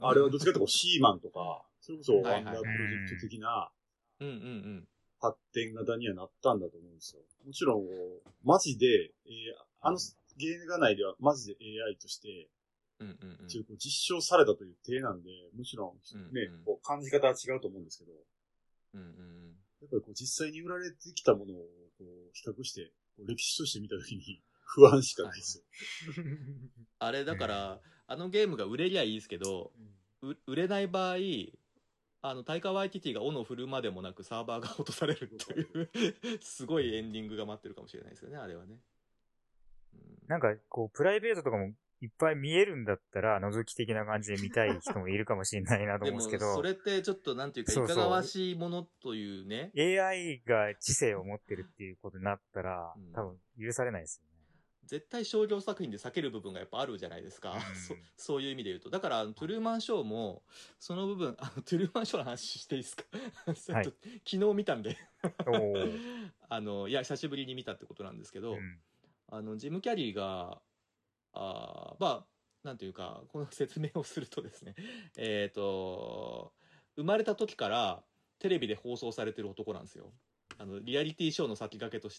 あれはどっちかというとシーマンとか、それこそワンダープロジェクト的な発展型にはなったんだと思うんですよ。もちろん、マジで、ゲーム内ではマジで AI として、実証されたという体なんで、もちろんね、こう感じ方は違うと思うんですけど、やっぱり実際に売られてきたものをこう比較して、歴史として見たときに不安しかないですよ。 あれだから、ゲームが売れりゃいいですけど、売れない場合、タイカワイティティが斧を振るまでもなくサーバーが落とされるっていうすごいエンディングが待ってるかもしれないですよね、あれはね。 なんか、こう、プライベートとかもいっぱい見えるんだったら、覗き的な感じで見たい人もいるかもしれないなと思うんですけど。 でも、それってちょっとなんていうか、いかがわしいものというね。 AI が知性を持ってるっていうことになったら、多分許されないですよね。 絶対商業作品で避ける部分がやっぱあるじゃないですか。そういう意味で言うと。だから、トゥルーマンショーも、その部分、トゥルーマンショーの話していいですか？昨日見たんでいや、久しぶりに見たってことなんですけど、ジム・キャリーが、まあ、なんていうか、この説明をするとですね、生まれた時からテレビで放送されてる男なんですよ。リアリティショーの先駆けとして。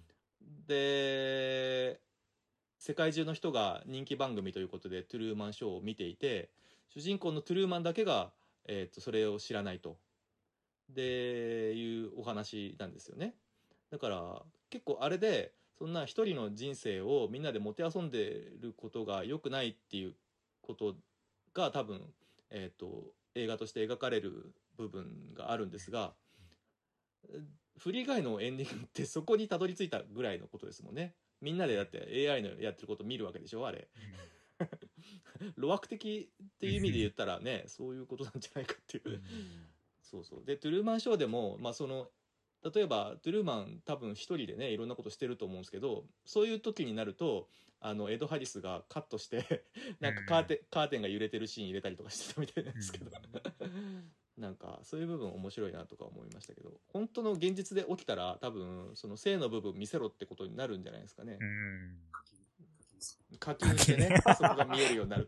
で、世界中の人が人気番組ということでトゥルーマンショーを見ていて、主人公のトゥルーマンだけが、それを知らないと。で、いうお話なんですよね。だから、結構あれで、そんな一人の人生をみんなでもてあそんでることが良くないっていうことが多分、映画として描かれる部分があるんですが、フリーガイのエンディングってそこにたどり着いたぐらいのことですもんね。みんなでだって AI のやってること見るわけでしょ、あれ。路悪的っていう意味で言ったらね、そういうことなんじゃないかっていう。そうそう。で、トゥルーマンショーでも、まあ例えばトゥルーマン多分一人でねいろんなことしてると思うんですけど、そういう時になるとエド・ハリスがカットしてなんかカーテンが揺れてるシーン入れたりとかしてたみたいなんですけどなんかそういう部分面白いなとか思いましたけど、本当の現実で起きたら多分その性の部分見せろってことになるんじゃないですかね。課金してねそこが見えるようになる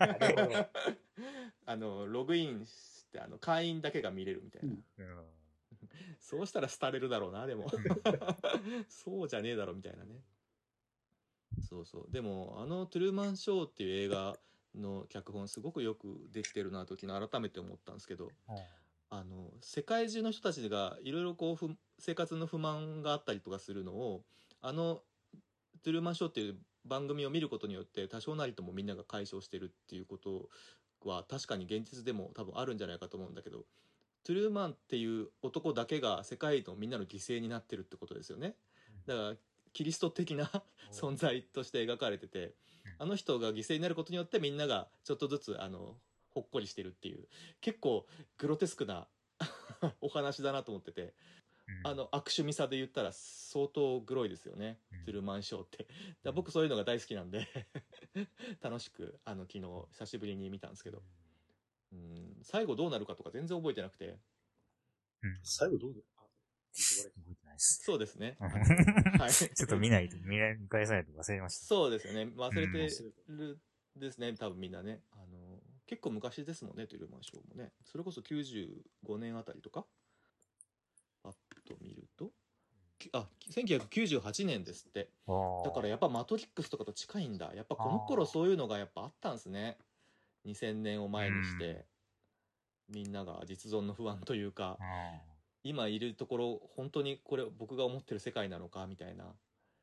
ログインして会員だけが見れるみたいな、そうしたら廃れるだろうな、でもそうじゃねえだろみたいなね。そうそう。でもトゥルーマンショーっていう映画の脚本すごくよくできてるなと昨日改めて思ったんですけど、 世界中の人たちがいろいろこう生活の不満があったりとかするのをトゥルーマンショーっていう番組を見ることによって多少なりともみんなが解消してるっていうことは確かに現実でも多分あるんじゃないかと思うんだけど、トゥルーマンっていう男だけが世界のみんなの犠牲になってるってことですよね。だからキリスト的な存在として描かれてて、あの人が犠牲になることによってみんながちょっとずつほっこりしてるっていう結構グロテスクなお話だなと思ってて、悪趣味さで言ったら相当グロいですよね、トゥルーマンショーって。だ僕そういうのが大好きなんで楽しく昨日久しぶりに見たんですけど、最後どうなるかとか全然覚えてなくて、 最後どう覚えてないです。 そうですね。 はい。ちょっと見返さないと忘れました。 そうですよね。忘れてるですね、多分みんなね。結構昔ですもんね、トゥルーマンショーもね。それこそ95年あたりとかパッと見ると、1998年ですって。だからやっぱマトリックスとかと近いんだ。やっぱこの頃そういうのがやっぱあったんですね。2000年を前にして、みんなが実存の不安というか、今いるところ本当にこれ僕が思ってる世界なのかみたいな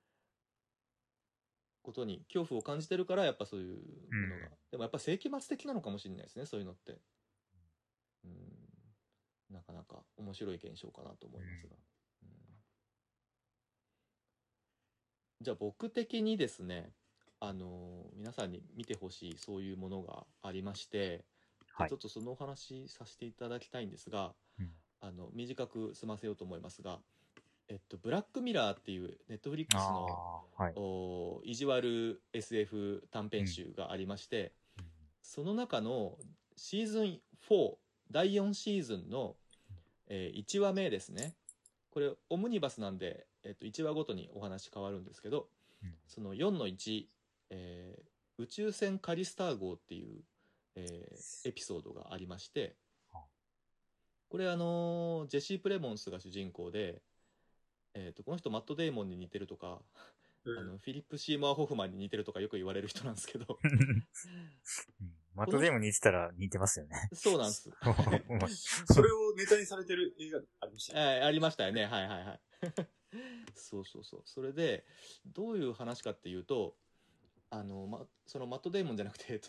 ことに恐怖を感じてるから、やっぱそういうものが、でもやっぱ世紀末的なのかもしれないですね、そういうのって。なかなか面白い現象かなと思いますが、じゃあ僕的にですね、皆さんに見てほしいそういうものがありまして、ちょっとそのお話させていただきたいんですが、短く済ませようと思いますが、ブラックミラーっていうネットフリックスの、意地悪 SF 短編集がありまして、その中のシーズン4第4シーズンの、1話目ですね。これオムニバスなんで、1話ごとにお話変わるんですけど、その4の1、宇宙船カリスター号っていう、エピソードがありまして、これジェシー・プレモンスが主人公で、この人マット・デイモンに似てるとか、フィリップ・シーモア・ホフマンに似てるとかよく言われる人なんですけどマット・デイモンに似てたら似てますよね。 そうなんです。 それをネタにされてる映画ありましたね。 ありましたよね。はいはいはい。そうそうそう。それでどういう話かっていうと、そのマット・デイモンじゃなくてジ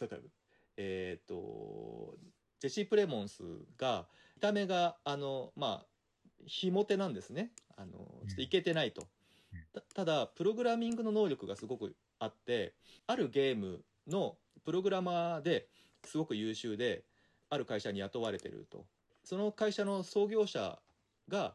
ェシー・プレモンスが見た目がひも手なんですね。ちょっといけてないと。ただプログラミングの能力がすごくあって、あるゲームのプログラマーですごく優秀で、ある会社に雇われてると。その会社の創業者が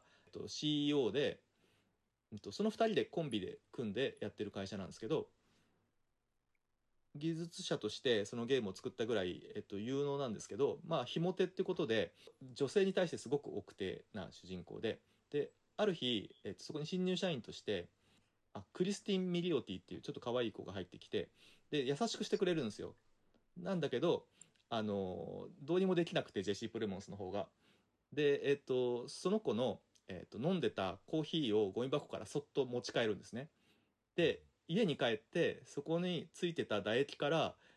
CEO で、その2人でコンビで組んでやってる会社なんですけど、技術者としてそのゲームを作ったぐらい、有能なんですけど、ひも手ってことで女性に対してすごく奥手な主人公で、ある日、そこに新入社員としてクリスティン・ミリオティっていうちょっと可愛い子が入ってきて、で優しくしてくれるんですよ。なんだけどどうにもできなくて、ジェシー・プレモンスの方が。で、その子の、飲んでたコーヒーをゴミ箱からそっと持ち帰るんですね。で家に帰ってそこについてた唾液から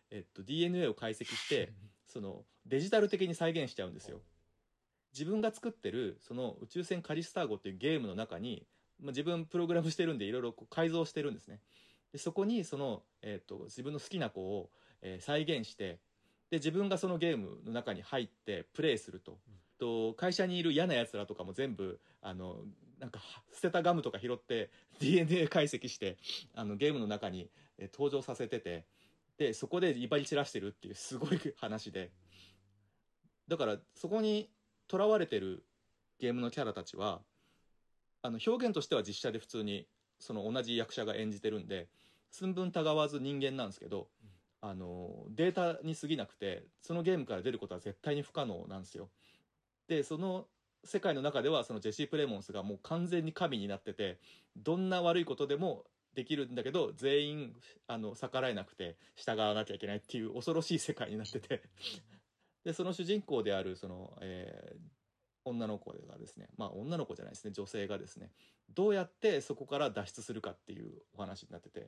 、DNA を解析してそのデジタル的に再現しちゃうんですよ。自分が作ってるその宇宙船カリスター号っていうゲームの中に、自分プログラムしてるんでいろいろ改造してるんですね。でそこにその、自分の好きな子を、再現して、で自分がそのゲームの中に入ってプレイすると。会社にいる嫌なやつらとかも全部なんか捨てたガムとか拾って DNA 解析してゲームの中に登場させてて、でそこで威張り散らしてるっていうすごい話で、だからそこにとらわれてるゲームのキャラたちは表現としては実写で普通にその同じ役者が演じてるんで寸分たがわず人間なんですけど、データに過ぎなくてそのゲームから出ることは絶対に不可能なんですよ。でその世界の中ではそのジェシー・プレモンスがもう完全に神になってて、どんな悪いことでもできるんだけど全員逆らえなくて従わなきゃいけないっていう恐ろしい世界になっててでその主人公であるその、女の子がですね、女の子じゃないですね、女性がですね、どうやってそこから脱出するかっていうお話になって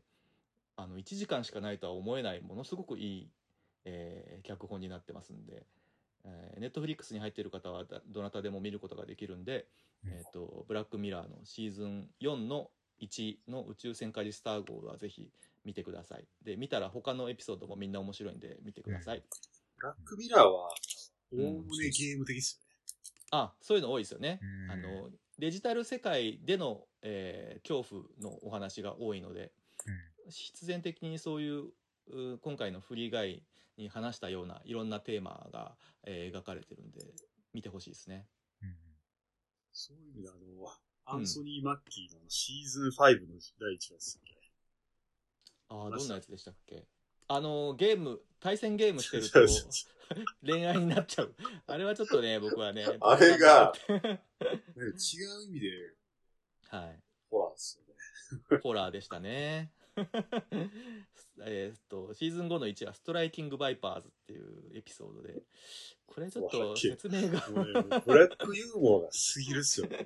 て、1時間しかないとは思えないものすごくいい、脚本になってますんで、 ネットフリックスに入っている方はどなたでも見ることができるんで、ブラックミラーのシーズン4の1の宇宙戦カリスター号はぜひ見てください。で、見たら他のエピソードもみんな面白いんで見てください。 ブラックミラーは、おおむねゲーム的ですよね。 あ、そういうの多いですよね。デジタル世界での、恐怖のお話が多いので、必然的にそういう今回のフリーガイに話したようないろんなテーマが、描かれてるんで見てほしいですね。 そういう意味でアンソニー・マッキーのシーズン5の第1話ですっけ。 どんなやつでしたっけ。対戦ゲームしてると恋愛になっちゃう。あれはちょっとね、僕はね。 あれが、違う意味で、 はい。 ホラーですよね。ホラーでしたね。シーズン5の1はストライキングバイパーズっていうエピソードで、これちょっと説明がブラックユーモアが過ぎるっすよね。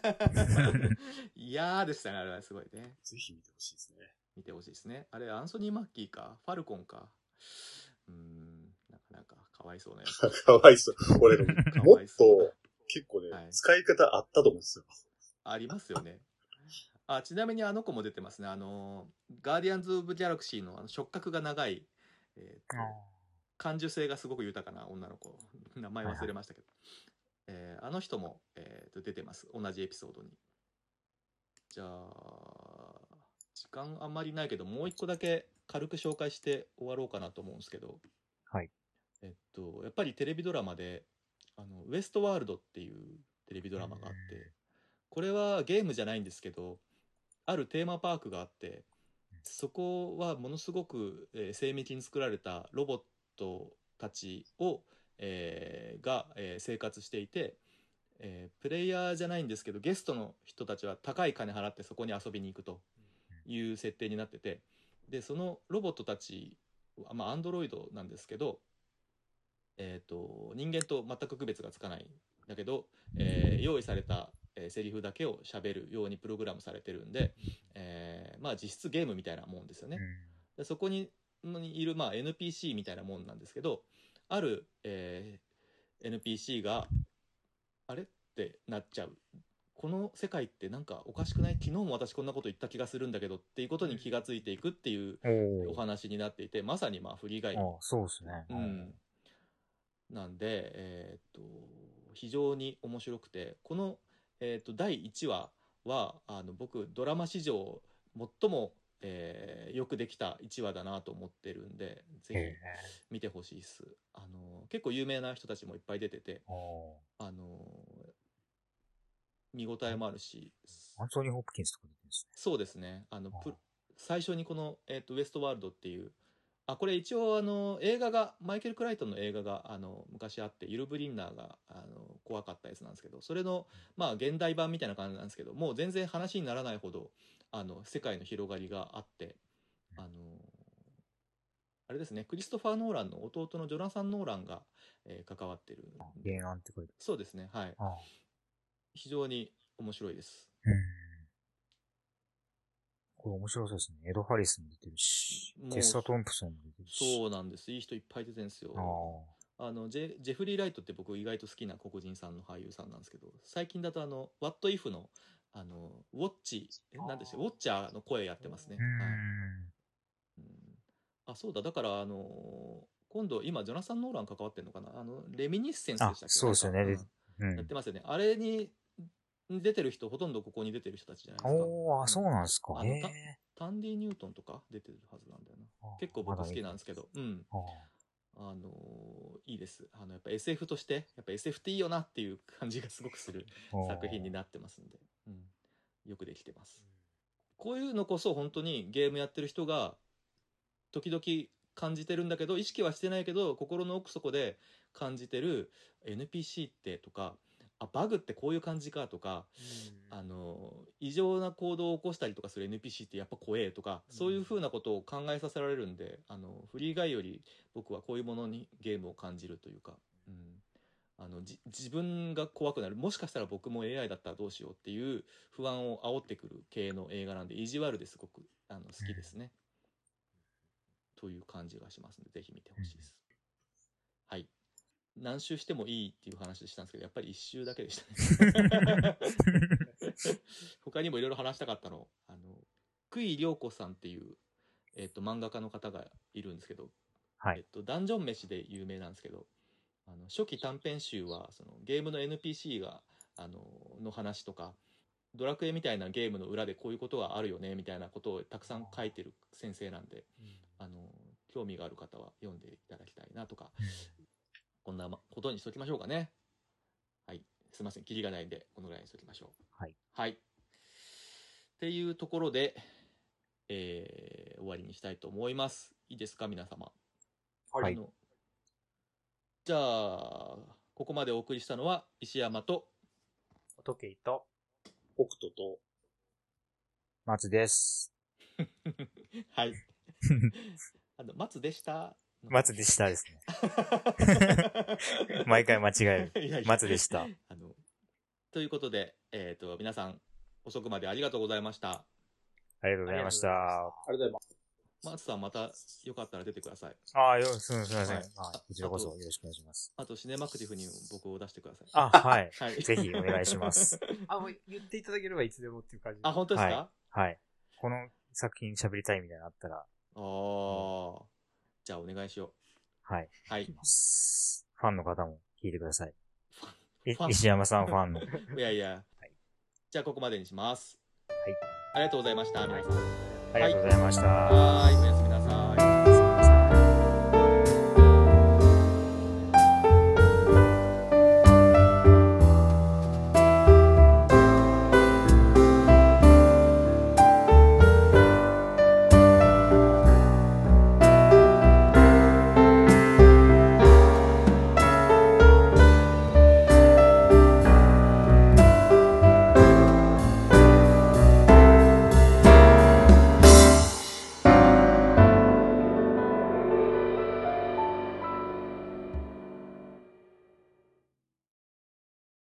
嫌でしたね、あれはすごいね。 ぜひ見てほしいですね。 見てほしいですね。あれ、アンソニー・マッキーか、ファルコンか。なかなかかわいそうなやつ。 かわいそう。俺、もっと結構ね、使い方あったと思うんですよ。 ありますよね。ちなみにあの子も出てますね。ガーディアンズ・オブ・ギャラクシーの触覚が長い、感受性がすごく豊かな女の子。名前忘れましたけど。あの人も、出てます。同じエピソードに。じゃあ、時間あんまりないけど、もう一個だけ軽く紹介して終わろうかなと思うんですけど。 はい。 やっぱりテレビドラマで、ウエストワールドっていうテレビドラマがあって、これはゲームじゃないんですけど、あるテーマパークがあって、そこはものすごく、精密に作られたロボットたちを、が、生活していて、プレイヤーじゃないんですけどゲストの人たちは高い金払ってそこに遊びに行くという設定になってて、でそのロボットたちアンドロイドなんですけど、人間と全く区別がつかないんだけど、用意されたセリフだけを喋るようにプログラムされてるんで、実質ゲームみたいなもんですよね。でそこにいる、NPC みたいなもんなんですけど、ある、NPC があれってなっちゃう。この世界ってなんかおかしくない？昨日も私こんなこと言った気がするんだけどっていうことに気がついていくっていうお話になっていて、まさにフリーガイド。 そうですね。 なんで、非常に面白くて、この、第1話は僕ドラマ史上最も、よくできた1話だなと思ってるんで、ぜひ見てほしいです。結構有名な人たちもいっぱい出てて、見応えもあるし。 アンソニー・ホプキンスとか出てるんですね。 そうですね。最初にこの、ウエストワールドっていう、これ一応映画が、マイケル・クライトンの映画が昔あって、ユル・ブリンナーが怖かったやつなんですけど、それの現代版みたいな感じなんですけど、もう全然話にならないほど世界の広がりがあって、あれですね、クリストファー・ノーランの弟のジョナサン・ノーランが、関わってる。 原案って書いてある。 そうですね、はい。非常に面白いです。 これ面白そうですね。エド・ハリスも出てるし、テッサ・トンプソンも出てるし。 そうなんです。いい人いっぱい出てるんですよ。ジェフリー・ライトって僕意外と好きな黒人さんの俳優さんなんですけど、最近だとWhat If のウォッチ、なんでしょう、ウォッチャーの声やってますね。そうだ、だから今度今ジョナサン・ノーラン関わってんのかな、レミニッセンスでしたっけ？ そうですよね。 やってますよね。あれに出てる人、ほとんどここに出てる人たちじゃないですか。 そうなんですか。 タンディ・ニュートンとか出てるはずなんだよな。結構僕好きなんですけど、いいです。やっぱ SF として、やっぱ SF っていいよなっていう感じがすごくする作品になってますんで、よくできてます。こういうのこそ本当にゲームやってる人が時々感じてるんだけど、意識はしてないけど心の奥底で感じてる NPC ってとか、バグってこういう感じかとか、異常な行動を起こしたりとかする NPC ってやっぱ怖えとか、そういう風なことを考えさせられるんで、フリーガイより僕はこういうものにゲームを感じるというか、自分が怖くなる、もしかしたら僕も AI だったらどうしようっていう不安を煽ってくる系の映画なんで、意地悪ですごく好きですね、という感じがしますので、ぜひ見てほしいです。はい。 何周してもいいっていう話でしたんですけど、やっぱり1周だけでしたね。他にもいろいろ話したかったの、久井涼子さんっていう、漫画家の方がいるんですけど、 はい。 ダンジョン飯で有名なんですけど、初期短編集は、そのゲームの NPC が、の話とか、ドラクエみたいなゲームの裏でこういうことがあるよねみたいなことをたくさん書いてる先生なんで、興味がある方は読んでいただきたいなとか、こんなことにしときましょうかね。はい。すいません。キリがないんで、このぐらいにしときましょう。 はい。 はい。っていうところで、終わりにしたいと思います。いいですか、皆様。 はい。 じゃあ、ここまでお送りしたのは、石山と、 時計と、 北斗と、 松です。 はい。松でした。 松でしたですね。毎回間違える。いやいや松でした。 ということで、皆さん、遅くまでありがとうございました。 ありがとうございました。 ありがとうございます。 松さん、またよかったら出てください。 すみません。はい、こちらこそよろしくお願いします。 あと、シネマクティフに僕を出してください。 はい。はい、ぜひお願いします。 もう言っていただければいつでもっていう感じ。 本当ですか？ はい。この作品喋りたいみたいなのあったら。 じゃあお願いしよう。 はい。 はい。 ファンの方も聞いてください。石山さんファンの。 いやいや。はい、じゃあここまでにします。 はい。 ありがとうございました。皆さん。 ありがとうございました。 はい。おやすみ。